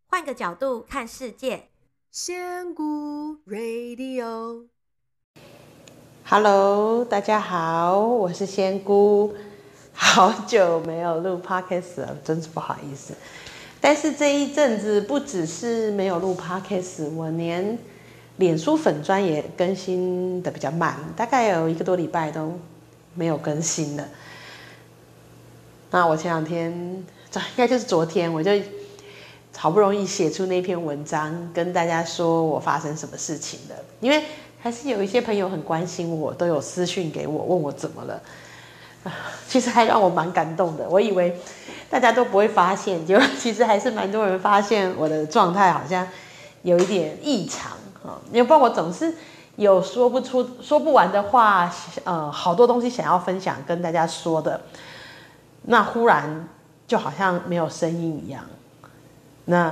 换个角度看世界。 仙姑 Radio。Hello， 大家好，我是仙姑，好久没有录 podcast 了，真是不好意思。但是这一阵子不只是没有录 podcast， 我连脸书粉专也更新的比较慢，大概有1个多礼拜都没有更新了。那我前2天，应该就是昨天，我就好不容易写出那篇文章，跟大家说我发生什么事情了。因为还是有一些朋友很关心我，都有私讯给我，问我怎么了。其实还让我蛮感动的。我以为大家都不会发现，结果其实还是蛮多人发现我的状态好像有一点异常。因为不然我总是有说不完的话，好多东西想要分享跟大家说的，那忽然就好像没有声音一样。那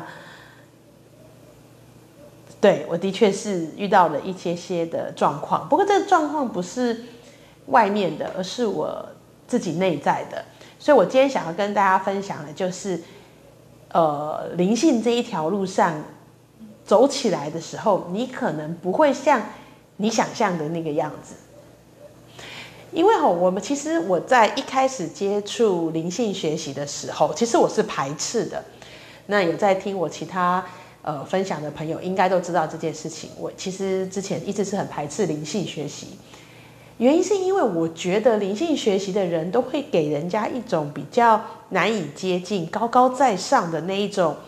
对，我的确是遇到了一些的状况，不过这个状况不是外面的，而是我自己内在的。所以我今天想要跟大家分享的就是灵性这一条路上走起来的时候，你可能不会像你想象的那个样子。因为其实我在一开始接触灵性学习的时候，其实我是排斥的。那有在听我其他分享的朋友应该都知道这件事情。我其实之前一直是很排斥灵性学习，原因是因为我觉得灵性学习的人都会给人家一种比较难以接近、高高在上的那一种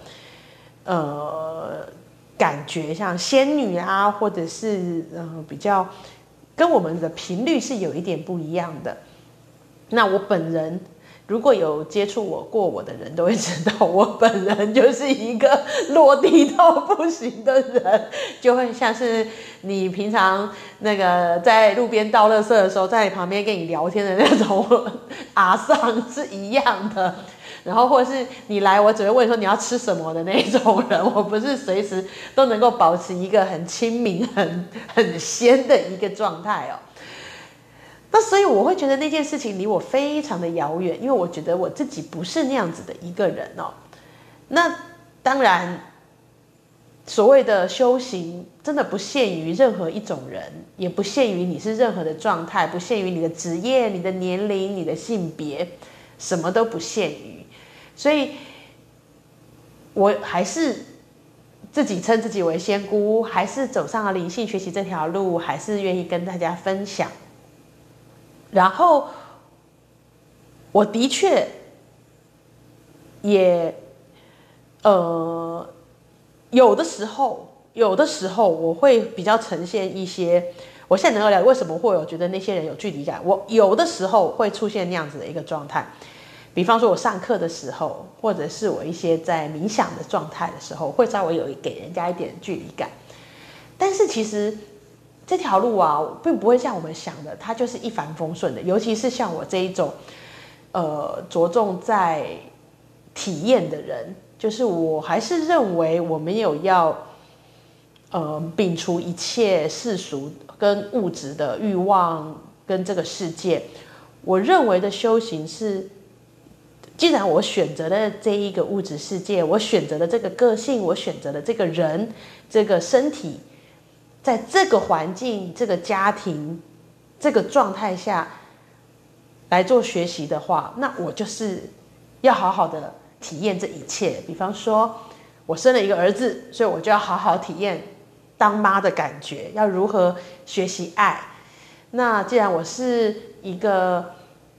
感觉，像仙女啊，或者是比较跟我们的频率是有一点不一样的。那我本人如果有接触我的人都会知道，我本人就是一个落地到不行的人，就会像是你平常那个在路边倒垃圾的时候，在你旁边跟你聊天的那种阿桑是一样的。然后或者是你来，我只会问说你要吃什么的那种人，我不是随时都能够保持一个很亲民、很仙的一个状态哦。那所以我会觉得那件事情离我非常的遥远，因为我觉得我自己不是那样子的一个人哦。那当然，所谓的修行真的不限于任何一种人，也不限于你是任何的状态，不限于你的职业、你的年龄、你的性别，什么都不限于。所以我还是自己称自己为仙姑，还是走上了灵性学习这条路，还是愿意跟大家分享。然后我的确也有的时候我会比较呈现一些，我现在能够了解为什么会有觉得那些人有距离感。我有的时候会出现那样子的一个状态，比方说我上课的时候，或者是我一些在冥想的状态的时候，会稍微有给人家一点距离感。但是其实这条路啊，并不会像我们想的，它就是一帆风顺的。尤其是像我这一种，着重在体验的人，就是我还是认为我没有要，摒除一切世俗跟物质的欲望跟这个世界。我认为的修行是，既然我选择了这一个物质世界，我选择了这个个性，我选择了这个人，这个身体。在这个环境、这个家庭、这个状态下来做学习的话，那我就是要好好的体验这一切。比方说，我生了一个儿子，所以我就要好好体验当妈的感觉，要如何学习爱。那既然我是一个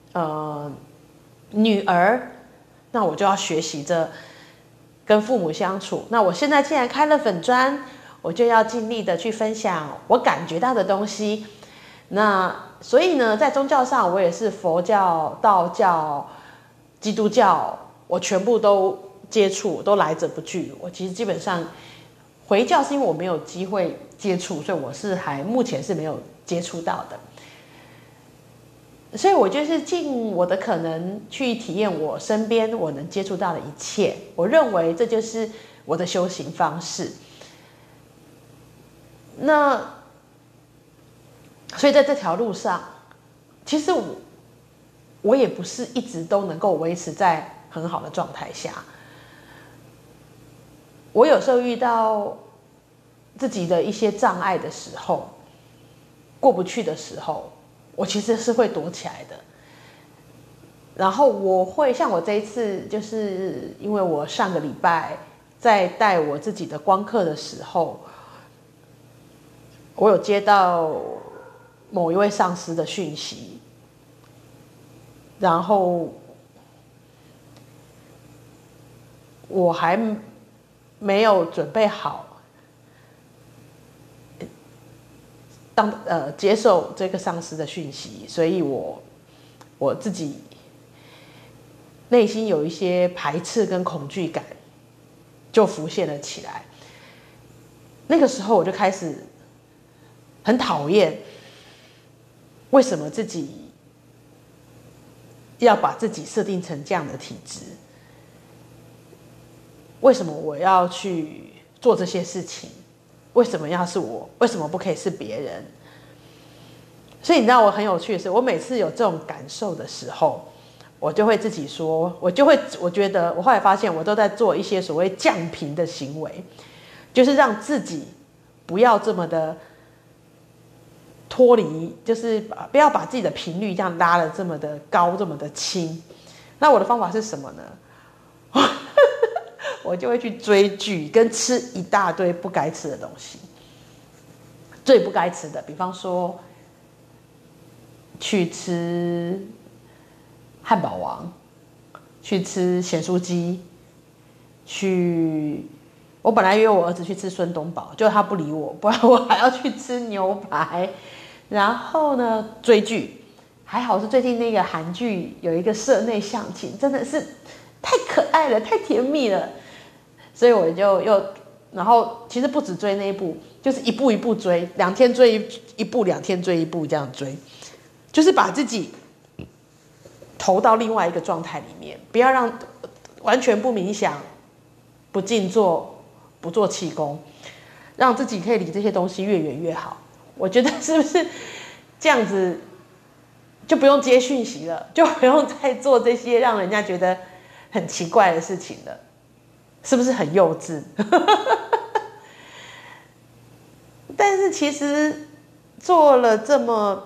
女儿，那我就要学习着跟父母相处。那我现在既然开了粉专，我就要尽力的去分享我感觉到的东西。那所以呢，在宗教上，我也是佛教、道教、基督教，我全部都接触，都来者不拒。我其实基本上回教是因为我没有机会接触，所以我是目前是没有接触到的。所以我就是尽我的可能去体验我身边我能接触到的一切。我认为这就是我的修行方式。那所以在这条路上，其实我也不是一直都能够维持在很好的状态下。 我有时候遇到自己的一些障碍的时候，过不去的时候，我其实是会躲起来的。然后我会像我这一次，就是因为我上个礼拜在带我自己的光课的时候，我有接到某一位上司的讯息，然后我还没有准备好接受这个上司的讯息，所以我自己内心有一些排斥跟恐惧感就浮现了起来。那个时候我就开始很讨厌，为什么自己要把自己设定成这样的体质？为什么我要去做这些事情？为什么要是我？为什么不可以是别人？所以你知道我很有趣的是，我每次有这种感受的时候，我就会自己说，我觉得我后来发现，我都在做一些所谓降频的行为，就是让自己不要这么的脱离，就是不要把自己的频率这样拉得这么的高，这么的轻。那我的方法是什么呢？我就会去追剧，跟吃一大堆不该吃的东西。最不该吃的，比方说去吃汉堡王，去吃咸酥鸡，我本来约我儿子去吃孙东宝，结果他不理我，不然我还要去吃牛排。然后呢，追剧，还好是最近那个韩剧有一个社内相亲，真的是太可爱了，太甜蜜了。所以我就然后其实不止追那一部，就是一步一步追，2天追一部，2天追一部，这样追，就是把自己投到另外一个状态里面，不要让完全不冥想、不静坐、不做气功，让自己可以离这些东西越远越好。我觉得是不是这样子就不用接讯息了，就不用再做这些让人家觉得很奇怪的事情了？是不是很幼稚？但是其实做了这么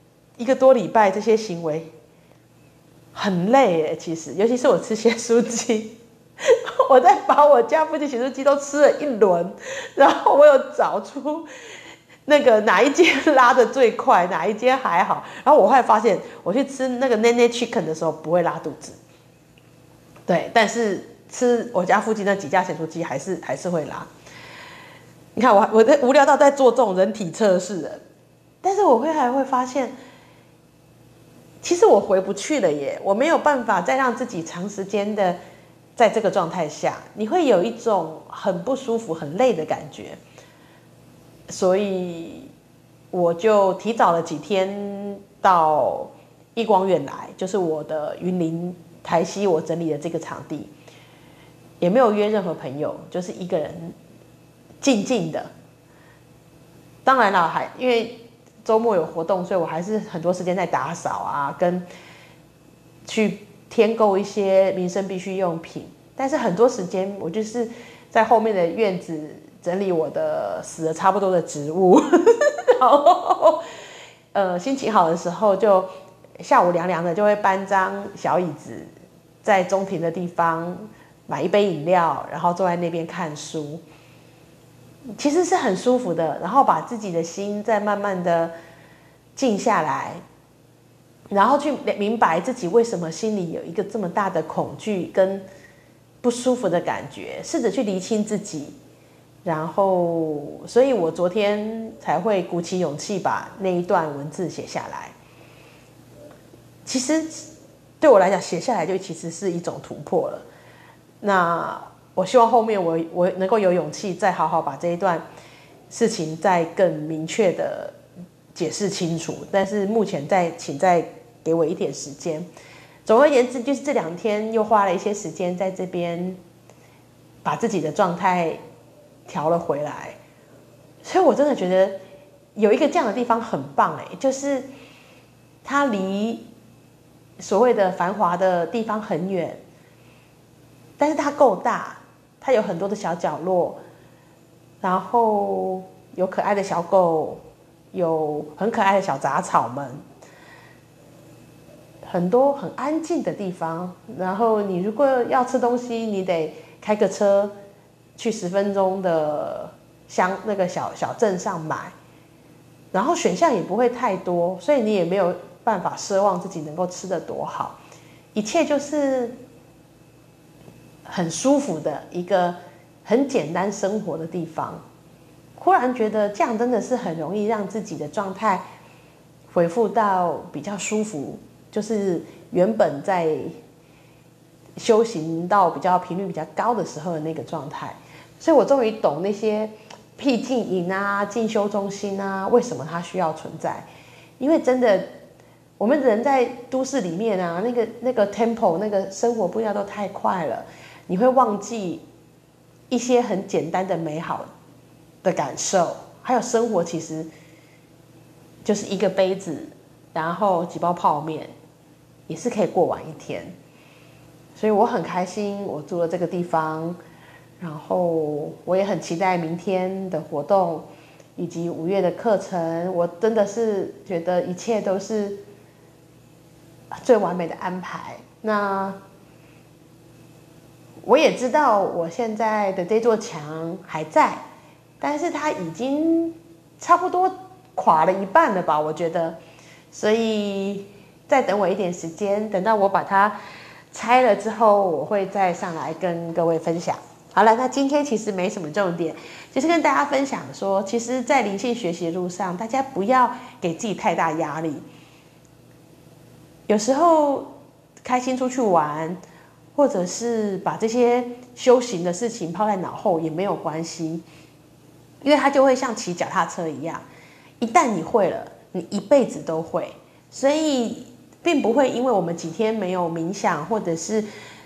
1个多礼拜，这些行为很累耶。其实，尤其是我吃咸酥鸡，我在把我家附近咸酥鸡都吃了一轮，然后我有找出那个哪一间拉得最快，哪一间还好。然后我后来发现，我去吃那个 Nene Chicken 的时候不会拉肚子，对，但是吃我家附近那几家咸酥鸡还是会拉。你看我在无聊到在做这种人体测试了，但是我还会发现，其实我回不去了耶，我没有办法再让自己长时间的在这个状态下，你会有一种很不舒服、很累的感觉，所以我就提早了几天到艺光院来，就是我的云林台西我整理的这个场地。也没有约任何朋友，就是一个人静静的。当然了，因为周末有活动，所以我还是很多时间在打扫啊，跟去添购一些民生必需用品。但是很多时间我就是在后面的院子整理我的死了差不多的植物，然后心情好的时候就下午凉凉的，就会搬张小椅子在中庭的地方。买一杯饮料，然后坐在那边看书，其实是很舒服的。然后把自己的心再慢慢的静下来，然后去明白自己为什么心里有一个这么大的恐惧跟不舒服的感觉，试着去厘清自己。然后，所以我昨天才会鼓起勇气把那一段文字写下来。其实对我来讲，写下来就其实是一种突破了。那我希望后面我能够有勇气再好好把这一段事情再更明确的解释清楚，但是目前请再给我一点时间。总而言之，就是这2天又花了一些时间在这边把自己的状态调了回来，所以我真的觉得有一个这样的地方很棒哎，就是它离所谓的繁华的地方很远。但是它够大， 它有很多的小角落，然后有可爱的小狗，有很可爱的小杂草们，很多很安静的地方。然后你如果要吃东西，你得开个车去10分钟的那个小镇上买，然后选项也不会太多，所以你也没有办法奢望自己能够吃得多好，一切就是很舒服的一个很简单生活的地方。忽然觉得这样真的是很容易让自己的状态恢复到比较舒服，就是原本在修行到比较频率比较高的时候的那个状态。所以我终于懂那些僻静营啊、进修中心啊，为什么它需要存在。因为真的我们人在都市里面啊，那个 tempo 那个生活步调都太快了，你会忘记一些很简单的美好的感受。还有生活其实就是一个杯子，然后几包泡面，也是可以过完一天。所以我很开心我住了这个地方，然后我也很期待明天的活动以及5月的课程。我真的是觉得一切都是最完美的安排。那我也知道我现在的这座墙还在，但是它已经差不多垮了一半了吧，我觉得。所以再等我一点时间，等到我把它拆了之后，我会再上来跟各位分享。好了，那今天其实没什么重点，就是跟大家分享说，其实在灵性学习的路上，大家不要给自己太大压力。有时候开心出去玩，或者是把这些修行的事情抛在脑后也没有关系，因为它就会像骑脚踏车一样，一旦你会了，你一辈子都会。所以并不会因为我们几天没有冥想或者是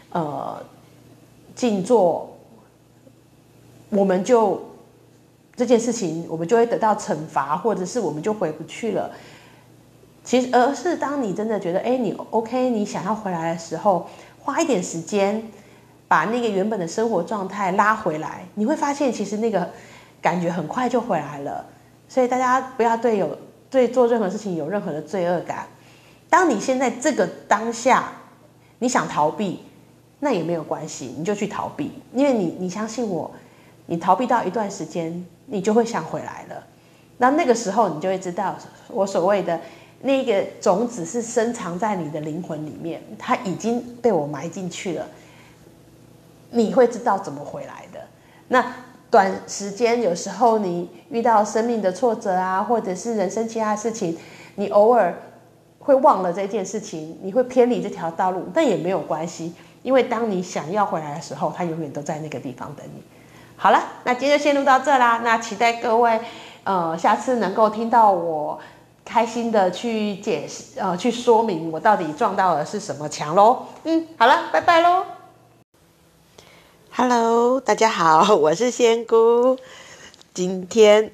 静坐，我们就这件事情我们就会得到惩罚，或者是我们就回不去了。其实而是当你真的觉得你 OK， 你想要回来的时候，花一点时间把那个原本的生活状态拉回来，你会发现其实那个感觉很快就回来了。所以大家不要对做任何事情有任何的罪恶感。当你现在这个当下你想逃避，那也没有关系，你就去逃避。因为你相信我，你逃避到一段时间，你就会想回来了。那个时候你就会知道，我所谓的那个种子是深藏在你的灵魂里面，它已经被我埋进去了，你会知道怎么回来的。那短时间有时候你遇到生命的挫折啊，或者是人生其他的事情，你偶尔会忘了这件事情，你会偏离这条道路，但也没有关系，因为当你想要回来的时候，它永远都在那个地方等你。好了，那今天就先录到这啦。那期待各位下次能够听到我开心的去解释去说明我到底撞到的是什么墙咯。好了，拜拜咯。 Hello， 大家好，我是仙姑。今天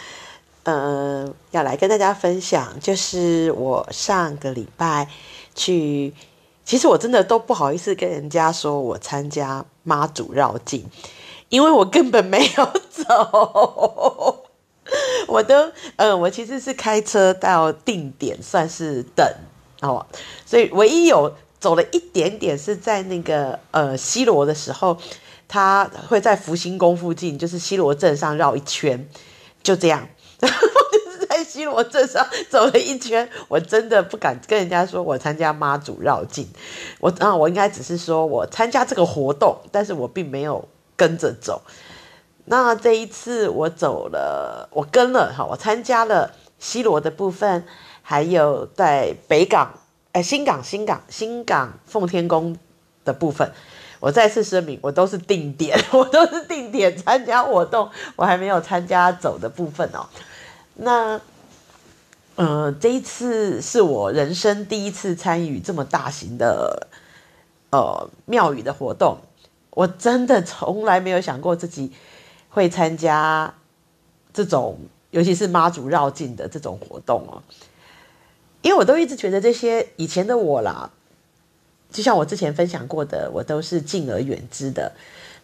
要来跟大家分享，就是我上个礼拜去，其实我真的都不好意思跟人家说我参加妈祖绕境，因为我根本没有走。我其实是开车到定点，算是等哦，所以唯一有走了一点点是在那个西螺的时候，他会在福星宫附近，就是西螺镇上绕一圈，就这样。就是在西螺镇上走了一圈，我真的不敢跟人家说我参加妈祖绕境，我应该只是说我参加这个活动，但是我并没有跟着走。那这一次我跟了，我参加了西螺的部分，还有在新港奉天宫的部分。我再次声明，我都是定点参加活动，我还没有参加走的部分哦。那这一次是我人生第一次参与这么大型的庙宇的活动，我真的从来没有想过自己会参加这种，尤其是妈祖绕境的这种活动哦。因为我都一直觉得这些以前的我啦，就像我之前分享过的，我都是敬而远之的。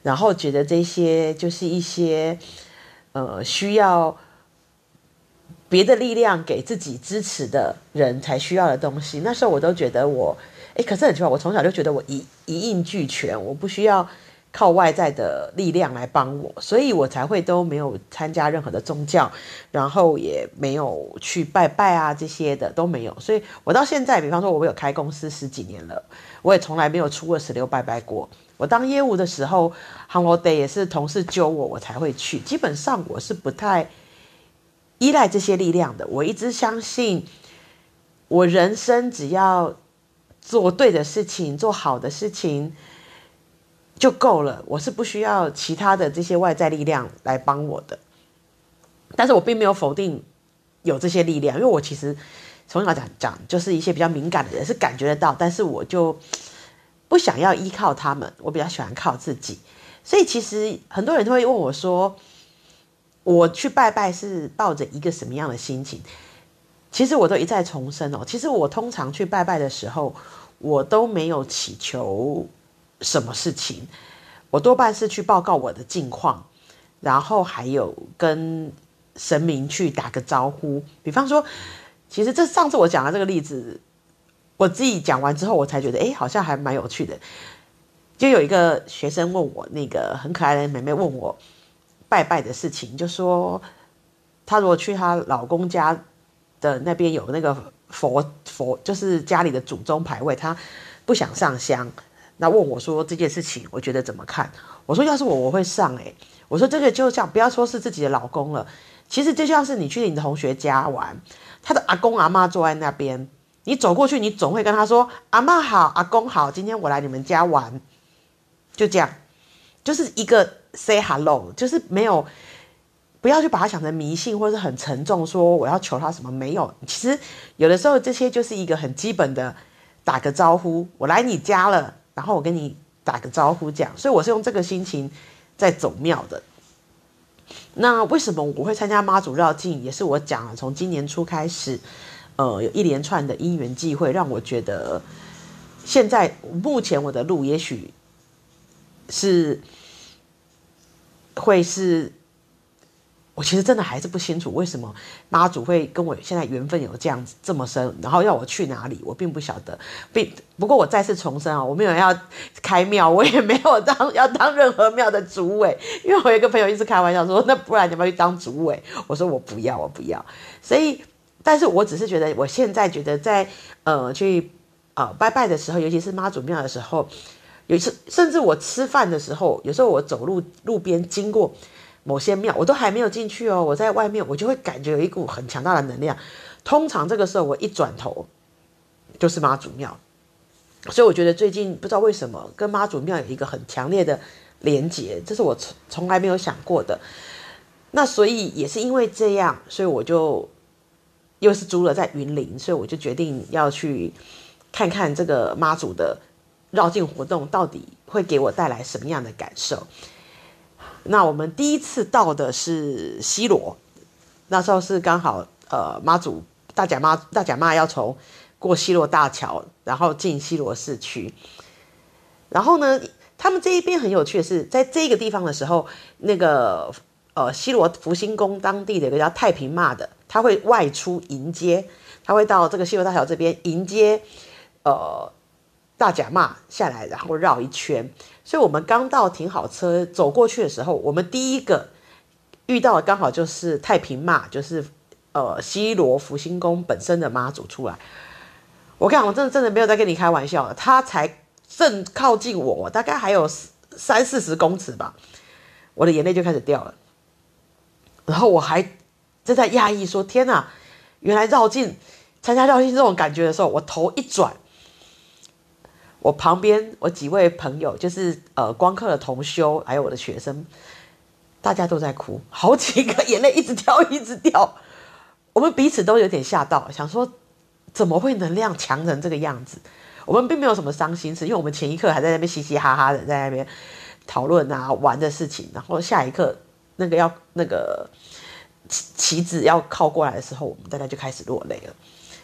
然后觉得这些就是一些需要别的力量给自己支持的人才需要的东西。那时候我都觉得可是很奇怪，我从小就觉得我一应俱全，我不需要靠外在的力量来帮我，所以我才会都没有参加任何的宗教，然后也没有去拜拜啊，这些的都没有。所以我到现在，比方说我有开公司10几年了，我也从来没有初二16拜拜过。我当业务的时候 Holiday 也是同事揪我才会去，基本上我是不太依赖这些力量的。我一直相信我人生只要做对的事情，做好的事情就够了，我是不需要其他的这些外在力量来帮我的。但是我并没有否定有这些力量，因为我其实从小讲就是一些比较敏感的人是感觉得到，但是我就不想要依靠他们，我比较喜欢靠自己。所以其实很多人都会问我说，我去拜拜是抱着一个什么样的心情？其实我都一再重申其实我通常去拜拜的时候，我都没有祈求什么事情，我多半是去报告我的近况，然后还有跟神明去打个招呼。比方说，其实上次我讲的这个例子，我自己讲完之后，我才觉得好像还蛮有趣的。就有一个学生问我，那个很可爱的妹妹问我拜拜的事情，就说她如果去她老公家的那边有那个佛，就是家里的祖宗牌位，她不想上香，那问我说这件事情我觉得怎么看？我说要是我会上我说这个就像不要说是自己的老公了，其实就像是你去你的同学家玩，他的阿公阿嬷坐在那边，你走过去，你总会跟他说阿嬷好，阿公好，今天我来你们家玩，就这样，就是一个 say hello， 就是没有，不要去把它想成迷信或是很沉重，说我要求他什么，没有。其实有的时候这些就是一个很基本的打个招呼，我来你家了，然后我跟你打个招呼这样。所以我是用这个心情在走庙的。那为什么我会参加妈祖绕境，也是我讲了，从今年初开始有一连串的因缘际会，让我觉得现在目前我的路也许是会是，我其实真的还是不清楚为什么妈祖会跟我现在缘分有这样子这么深，然后要我去哪里，我并不晓得。不过我再次重申我没有要开庙，我也没有要当任何庙的主委，因为我有一个朋友一直开玩笑说，那不然你要不要去当主委？我说我不要。所以，但是我只是觉得，我现在觉得在去拜拜的时候，尤其是妈祖庙的时候，有一次甚至我吃饭的时候，有时候我走路边经过某些庙，我都还没有进去我在外面我就会感觉有一股很强大的能量。通常这个时候我一转头就是妈祖庙，所以我觉得最近不知道为什么跟妈祖庙有一个很强烈的连结，这是我从来没有想过的。那所以也是因为这样，所以我就又是租了在云林，所以我就决定要去看看这个妈祖的绕境活动到底会给我带来什么样的感受。那我们第一次到的是西螺，那时候是刚好妈祖大甲妈要从过西螺大桥，然后进西螺市区。然后呢，他们这一边很有趣的是，在这个地方的时候，那个西螺福星宫当地的一个叫太平妈的，他会外出迎接，他会到这个西螺大桥这边迎接大甲妈下来，然后绕一圈。所以我们刚到停好车走过去的时候，我们第一个遇到的刚好就是太平妈，就是西螺福星宫本身的妈祖出来。我跟你讲，我真的没有在跟你开玩笑的，他才正靠近我，大概还有30-40公尺吧，我的眼泪就开始掉了。然后我还正在讶异说，天哪，原来参加绕境这种感觉的时候，我头一转，我旁边我几位朋友，就是光课的同修，还有我的学生，大家都在哭，好几个眼泪一直掉。我们彼此都有点吓到，想说怎么会能量强成这个样子？我们并没有什么伤心事，因为我们前一刻还在那边嘻嘻哈哈的在那边讨论玩的事情，然后下一刻那个旗子要靠过来的时候，我们大家就开始落泪了。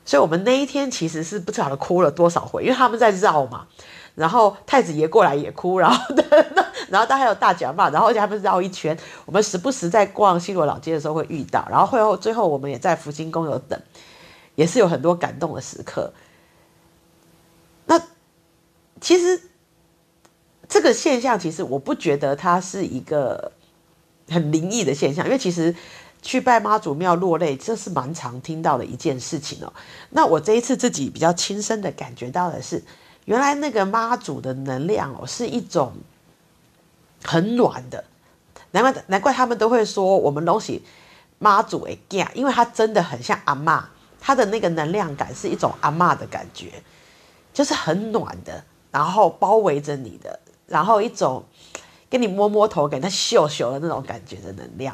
所以我们那一天其实是不晓得哭了多少回，因为他们在绕嘛，然后太子爷过来也哭，然后他还有大甲妈，然后而且他们绕一圈，我们时不时在逛西螺老街的时候会遇到，然后最后我们也在福星宫有等，也是有很多感动的时刻。那其实这个现象，其实我不觉得它是一个很灵异的现象，因为其实去拜妈祖庙落泪，这是蛮常听到的一件事情哦。那我这一次自己比较亲身的感觉到的是，原来那个妈祖的能量哦，是一种很暖的，难怪他们都会说我们东西妈祖的囝，因为他真的很像阿嬷，他的那个能量感是一种阿嬷的感觉，就是很暖的，然后包围着你的，然后一种跟你摸摸头给他秀秀的那种感觉的能量。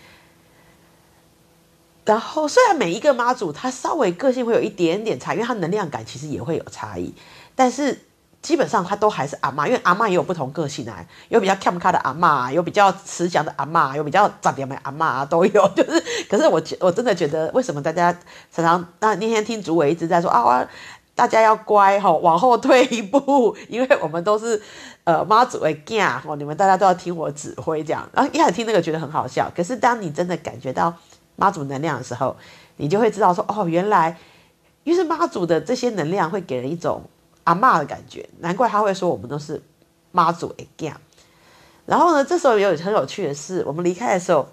然后虽然每一个妈祖他稍微个性会有一点点差，因为他能量感其实也会有差异，但是基本上他都还是阿嬷，因为阿嬷也有不同个性啊，有比较看不开的阿嬷，有比较慈祥的阿嬷，有比较长点的阿嬷都有。就是，可是我真的觉得，为什么大家常常那天听主委一直在说啊，大家要乖吼，往后退一步，因为我们都是妈祖的囝吼，你们大家都要听我指挥这样。然后一开始听那个觉得很好笑，可是当你真的感觉到妈祖能量的时候，你就会知道说哦，原来因为是妈祖的这些能量会给人一种阿嬷的感觉，难怪他会说我们都是妈祖的囝。然后呢，这时候很有趣的是，我们离开的时候，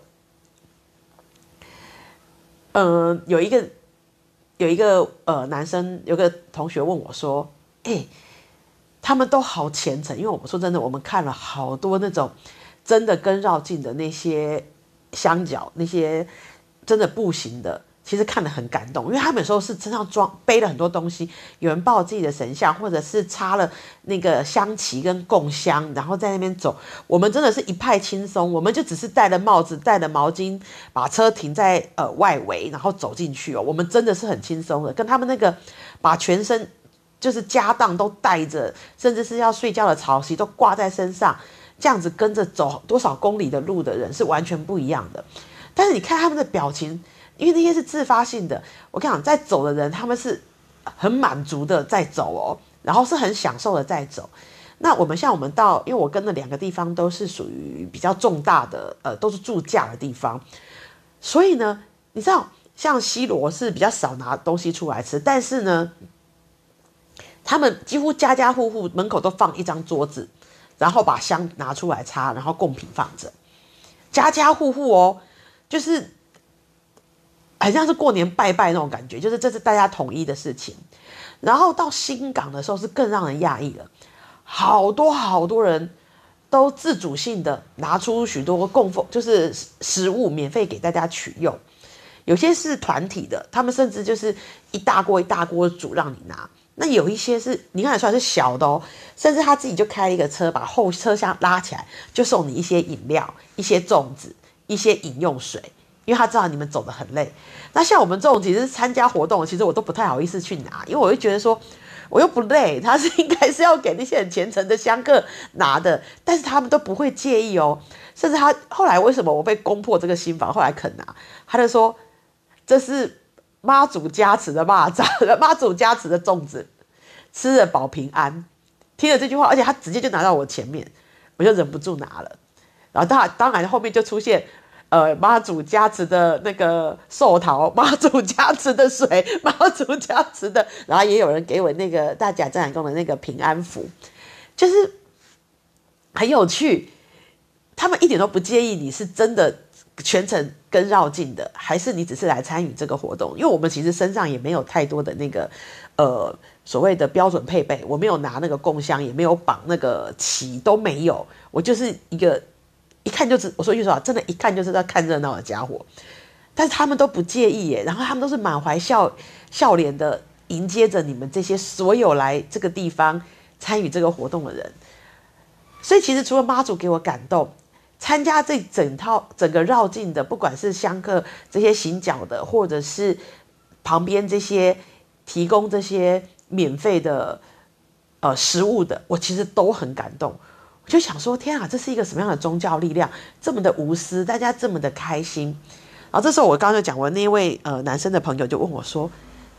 有一个男生，有个同学问我说：“他们都好虔诚，因为我们说真的，我们看了好多那种真的跟绕境的那些香脚，那些真的步行的。”其实看得很感动，因为他们有时候是身上背了很多东西，有人抱自己的神像，或者是插了那个香旗跟供香，然后在那边走。我们真的是一派轻松，我们就只是戴了帽子，戴了毛巾，把车停在外围，然后走进去哦。我们真的是很轻松的，跟他们那个把全身就是家当都带着，甚至是要睡觉的草席都挂在身上，这样子跟着走多少公里的路的人是完全不一样的。但是你看他们的表情。因为那些是自发性的，我跟你讲，在走的人他们是很满足的在走哦，然后是很享受的在走。那我们到，因为我跟的2个地方都是属于比较重大的，都是住驾的地方，所以呢，你知道，像西螺是比较少拿东西出来吃，但是呢，他们几乎家家户户门口都放一张桌子，然后把香拿出来插，然后贡品放着，家家户户哦，就是。很像是过年拜拜那种感觉，就是这是大家统一的事情。然后到新港的时候是更让人讶异了，好多人都自主性的拿出许多供奉，就是食物免费给大家取用。有些是团体的，他们甚至就是一大锅一大锅煮让你拿。那有一些是你看得出来是小的哦，甚至他自己就开一个车，把后车厢拉起来，就送你一些饮料、一些粽子、一些饮用水。因为他知道你们走得很累，那像我们这种其实参加活动，其实我都不太好意思去拿，因为我会觉得说我又不累，他是应该是要给那些很虔诚的香客拿的，但是他们都不会介意哦。甚至他后来为什么我被攻破这个心防，后来肯拿，他就说这是妈祖加持的蚂蚱，妈祖加持的粽子，吃了保平安。听了这句话，而且他直接就拿到我前面，我就忍不住拿了。然后当然后面就出现。妈祖加持的那个寿桃，妈祖加持的水，妈祖加持的，然后也有人给我那个大甲镇海宫的那个平安符，就是很有趣。他们一点都不介意你是真的全程跟绕境的，还是你只是来参与这个活动。因为我们其实身上也没有太多的那个所谓的标准配备，我没有拿那个供香，也没有绑那个旗，都没有。我就是一个。一看就知，我说句实话，真的，一看就知道看热闹的家伙，但是他们都不介意耶，然后他们都是满怀笑脸的迎接着你们这些所有来这个地方参与这个活动的人。所以其实除了妈祖给我感动，参加这整个绕境的，不管是香客这些行脚的，或者是旁边这些提供这些免费的食物的，我其实都很感动。我就想说，天啊，这是一个什么样的宗教力量？这么的无私，大家这么的开心。然后这时候我刚刚就讲，我那位男生的朋友就问我说：“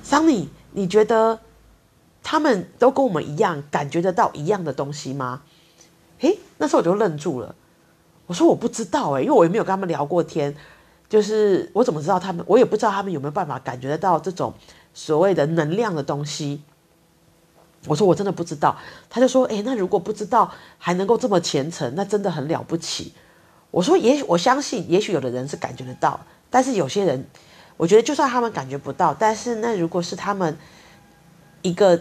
桑尼，你觉得他们都跟我们一样感觉得到一样的东西吗？那时候我就愣住了。我说我不知道因为我也没有跟他们聊过天，就是我怎么知道他们，我也不知道他们有没有办法感觉得到这种所谓的能量的东西。我说我真的不知道。他就说那如果不知道还能够这么虔诚，那真的很了不起。我说我相信也许有的人是感觉得到，但是有些人我觉得就算他们感觉不到，但是那如果是他们一个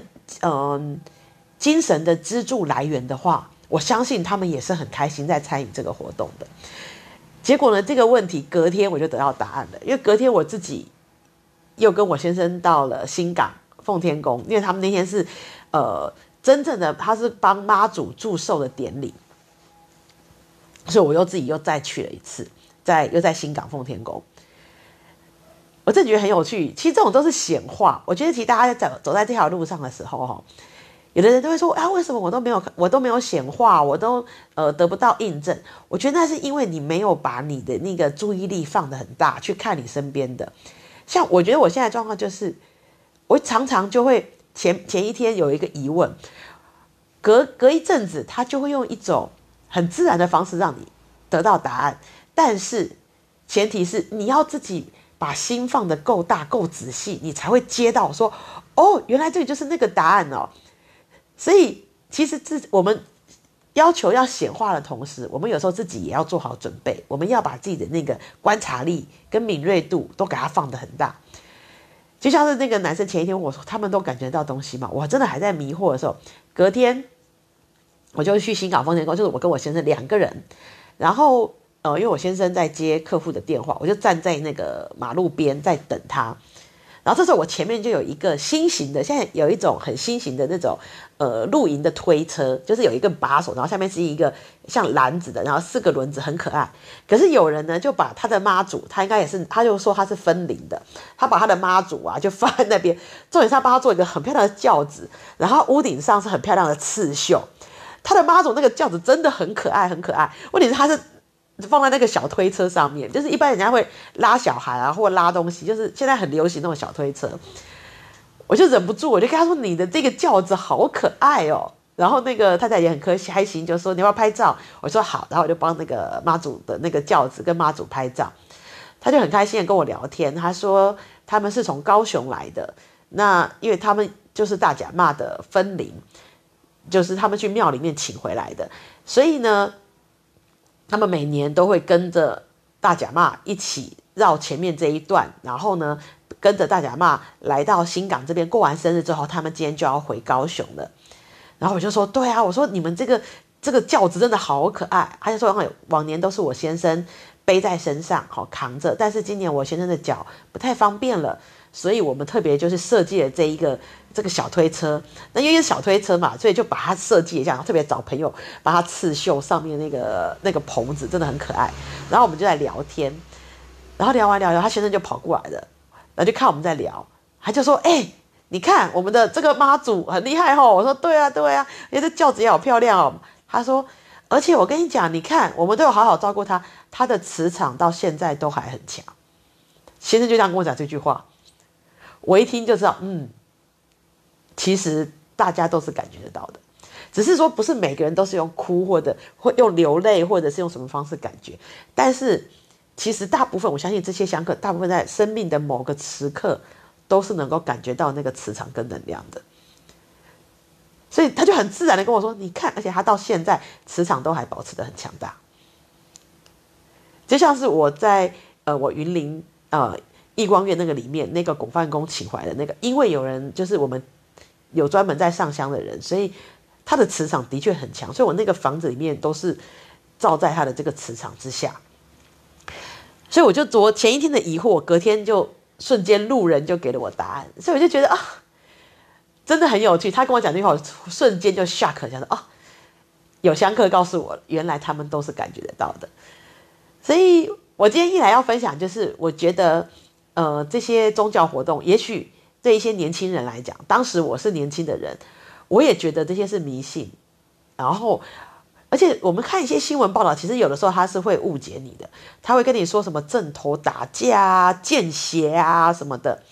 精神的支柱来源的话，我相信他们也是很开心在参与这个活动的。结果呢，这个问题隔天我就得到答案了，因为隔天我自己又跟我先生到了新港奉天宫，因为他们那天是真正的他是帮妈祖祝寿的典礼，所以我自己又再去了一次，又在新港奉天宫。我真的觉得很有趣，其实这种都是显化。我觉得其实大家在走在这条路上的时候有的人都会说为什么我都没有显化，我都得不到印证。我觉得那是因为你没有把你的那个注意力放得很大，去看你身边的。像我觉得我现在的状况就是，我常常就会前一天有一个疑问，隔一阵子他就会用一种很自然的方式让你得到答案，但是前提是你要自己把心放得够大够仔细，你才会接到说原来这个就是那个答案所以其实我们要求要显化的同时，我们有时候自己也要做好准备，我们要把自己的那个观察力跟敏锐度都给它放得很大。就像是那个男生前一天我说他们都感觉到东西嘛，我真的还在迷惑的时候，隔天我就去新港奉天宫，就是我跟我先生2个人，然后因为我先生在接客户的电话，我就站在那个马路边在等他。然后这时候我前面就有一个新型的，现在有一种很新型的那种露营的推车，就是有一个把手，然后下面是一个像篮子的，然后4个轮子，很可爱。可是有人呢就把他的妈祖，他应该也是，他就说他是分灵的，他把他的妈祖就放在那边，重点是他帮他做一个很漂亮的轿子，然后屋顶上是很漂亮的刺绣。他的妈祖那个轿子真的很可爱，很可爱。问题是他是放在那个小推车上面，就是一般人家会拉小孩或拉东西，就是现在很流行那种小推车。我就忍不住，我就跟他说：“你的这个轿子好可爱哦。”然后那个太太也很开心，就说：“你要不要拍照？”我说：“好。”然后我就帮那个妈祖的那个轿子跟妈祖拍照。他就很开心的跟我聊天，他说他们是从高雄来的，那因为他们就是大甲妈的分灵，就是他们去庙里面请回来的，所以呢他们每年都会跟着大甲妈一起绕前面这一段，然后呢跟着大甲妈来到新港这边，过完生日之后他们今天就要回高雄了。然后我就说对啊，我说你们这个轿子真的好可爱。他就说往年都是我先生背在身上扛着，但是今年我先生的脚不太方便了，所以我们特别就是设计了这个小推车。那因为是小推车嘛，所以就把它设计一下，特别找朋友把它刺绣上面那个棚子，真的很可爱。然后我们就在聊天，然后聊完他先生就跑过来了，然后就看我们在聊，他就说你看我们的这个妈祖很厉害我说对啊，而且这轿子也好漂亮他说而且我跟你讲，你看我们都有好好照顾他，他的磁场到现在都还很强。先生就这样跟我讲这句话，我一听就知道其实大家都是感觉得到的，只是说不是每个人都是用哭或者会用流泪或者是用什么方式感觉，但是其实大部分我相信这些香客大部分在生命的某个时刻都是能够感觉到那个磁场跟能量的。所以他就很自然的跟我说你看，而且他到现在磁场都还保持得很强大。就像是我在我云林义光院那个里面那个拱范宫请回来的那个，因为有人就是我们有专门在上香的人，所以他的磁场的确很强，所以我那个房子里面都是照在他的这个磁场之下。所以我就前一天的疑惑，隔天就瞬间路人就给了我答案，所以我就觉得真的很有趣。他跟我讲这句话，我瞬间就 shock， 想说有香客告诉我，原来他们都是感觉得到的。所以我今天一来要分享，就是我觉得这些宗教活动，也许对一些年轻人来讲，当时我是年轻的人，我也觉得这些是迷信。然后而且我们看一些新闻报道，其实有的时候他是会误解你的，他会跟你说什么阵头打架啊、见血啊什么的。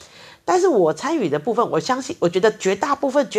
但是我参与的部分，我相信，我觉得绝大部分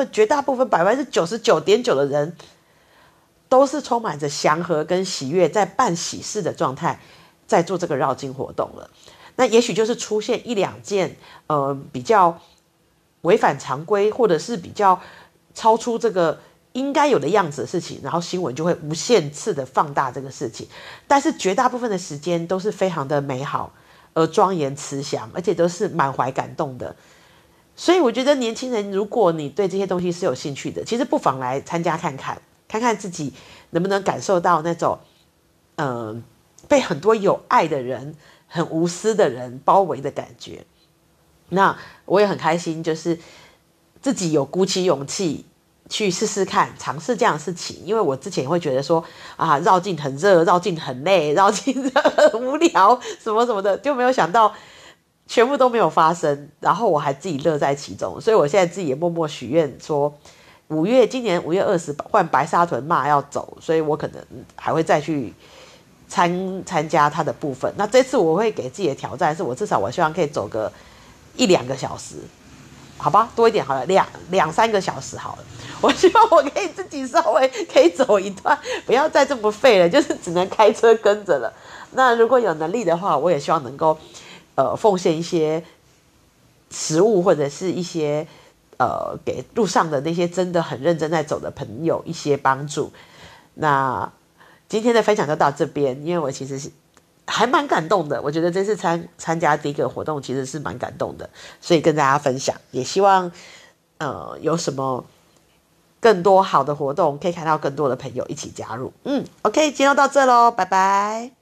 99.9%的人都是充满着祥和跟喜悦，在办喜事的状态，在做这个绕境活动了。那也许就是出现1-2件比较违反常规，或者是比较超出这个应该有的样子的事情，然后新闻就会无限次的放大这个事情。但是绝大部分的时间都是非常的美好，庄严慈祥，而且都是满怀感动的。所以我觉得年轻人，如果你对这些东西是有兴趣的，其实不妨来参加看看，看看自己能不能感受到那种被很多有爱的人、很无私的人包围的感觉。那我也很开心，就是自己有鼓起勇气去试试看，尝试这样的事情。因为我之前会觉得说啊，绕境很热，绕境很累，绕境很无聊，什么什么的，就没有想到全部都没有发生，然后我还自己乐在其中。所以我现在自己也默默许愿说，今年5月20换白沙屯骂要走，所以我可能还会再去参加他的部分。那这次我会给自己的挑战是，我至少我希望可以走个1-2个小时，好吧，多一点好了，2-3个小时好了。我希望我可以自己稍微可以走一段，不要再这么废了，就是只能开车跟着了。那如果有能力的话，我也希望能够奉献一些食物，或者是一些给路上的那些真的很认真在走的朋友一些帮助。那今天的分享就到这边，因为我其实是还蛮感动的，我觉得这次参加第一个活动其实是蛮感动的，所以跟大家分享，也希望有什么更多好的活动可以看到更多的朋友一起加入。OK， 今天就到这咯，拜拜。